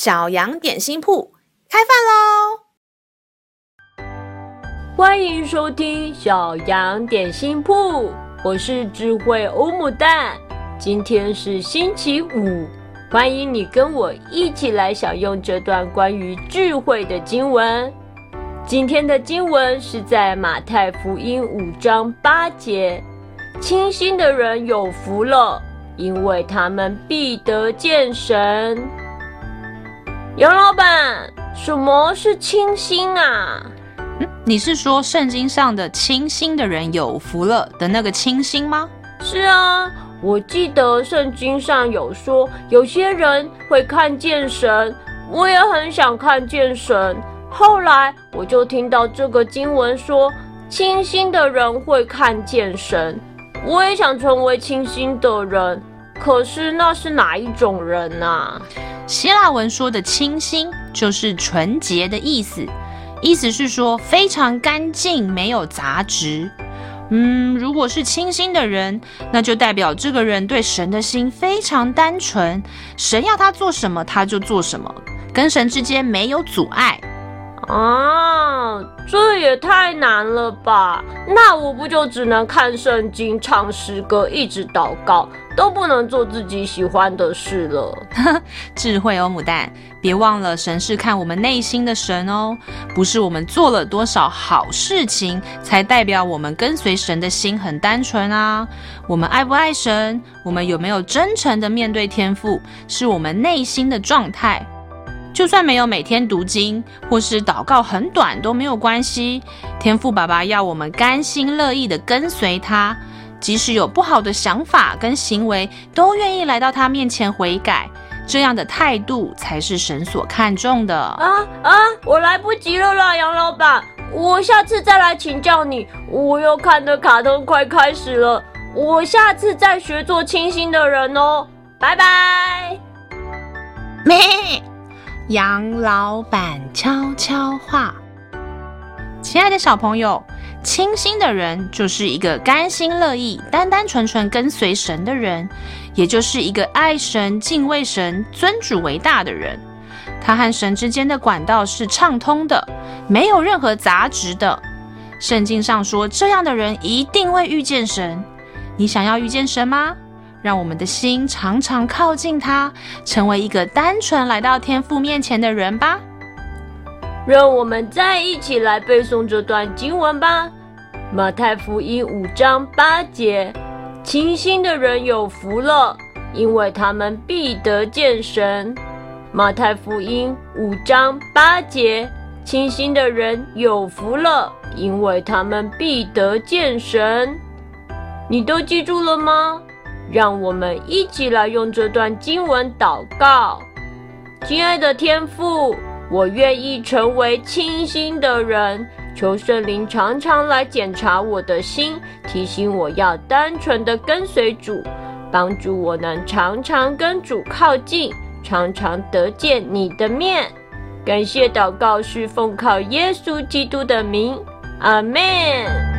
小羊点心铺开饭喽！ 欢迎收听小羊点心铺，我是智慧欧姆蛋。今天是星期五，欢迎你跟我一起来享用这段关于智慧的经文。今天的经文是在马太福音5章8节，清心的人有福了，因为他们必得见神。杨老板，什么是清心啊？ 你是说圣经上的清心的人有福了的那个清心吗？ 是啊，我记得圣经上有说有些人会看见神，我也很想看见神。后来我就听到这个经文说清心的人会看见神，我也想成为清心的人，可是那是哪一种人啊？ 希腊文说的清心就是纯洁的意思，意思是说非常干净，没有杂质。如果是清心的人，那就代表这个人对神的心非常单纯，神要他做什么他就做什么，跟神之间没有阻碍。 这也太难了吧？那我不就只能看圣经、唱诗歌、一直祷告，都不能做自己喜欢的事了？ 智慧欧姆蛋，别忘了神是看我们内心的神哦，不是我们做了多少好事情才代表我们跟随神的心很单纯啊。我们爱不爱神，我们有没有真诚的面对天父，是我们内心的状态。就算没有每天读经或是祷告很短都没有关系，天父爸爸要我们甘心乐意的跟随他，即使有不好的想法跟行为都愿意来到他面前悔改，这样的态度才是神所看重的。 我来不及了啦，杨老板，我下次再来请教你。我又看的卡通快开始了，我下次再学做清心的人哦，拜拜。 杨老板悄悄话。亲爱的小朋友，清心的人就是一个甘心乐意、单单纯纯跟随神的人，也就是一个爱神、敬畏神、尊主为大的人。他和神之间的管道是畅通的，没有任何杂质的。圣经上说，这样的人一定会遇见神。你想要遇见神吗？让我们的心常常靠近他，成为一个单纯来到天父面前的人吧。 让我们再一起来背诵这段经文吧。马太福音5章8节，清心的人有福了，因为他们必得见神。马太福音5章8节，清心的人有福了，因为他们必得见神。你都记住了吗？让我们一起来用这段经文祷告。亲爱的天父，我愿意成为清心的人，求圣灵常常来检查我的心，提醒我要单纯的跟随主，帮助我能常常跟主靠近，常常得见你的面。感谢祷告是奉靠耶稣基督的名，阿们。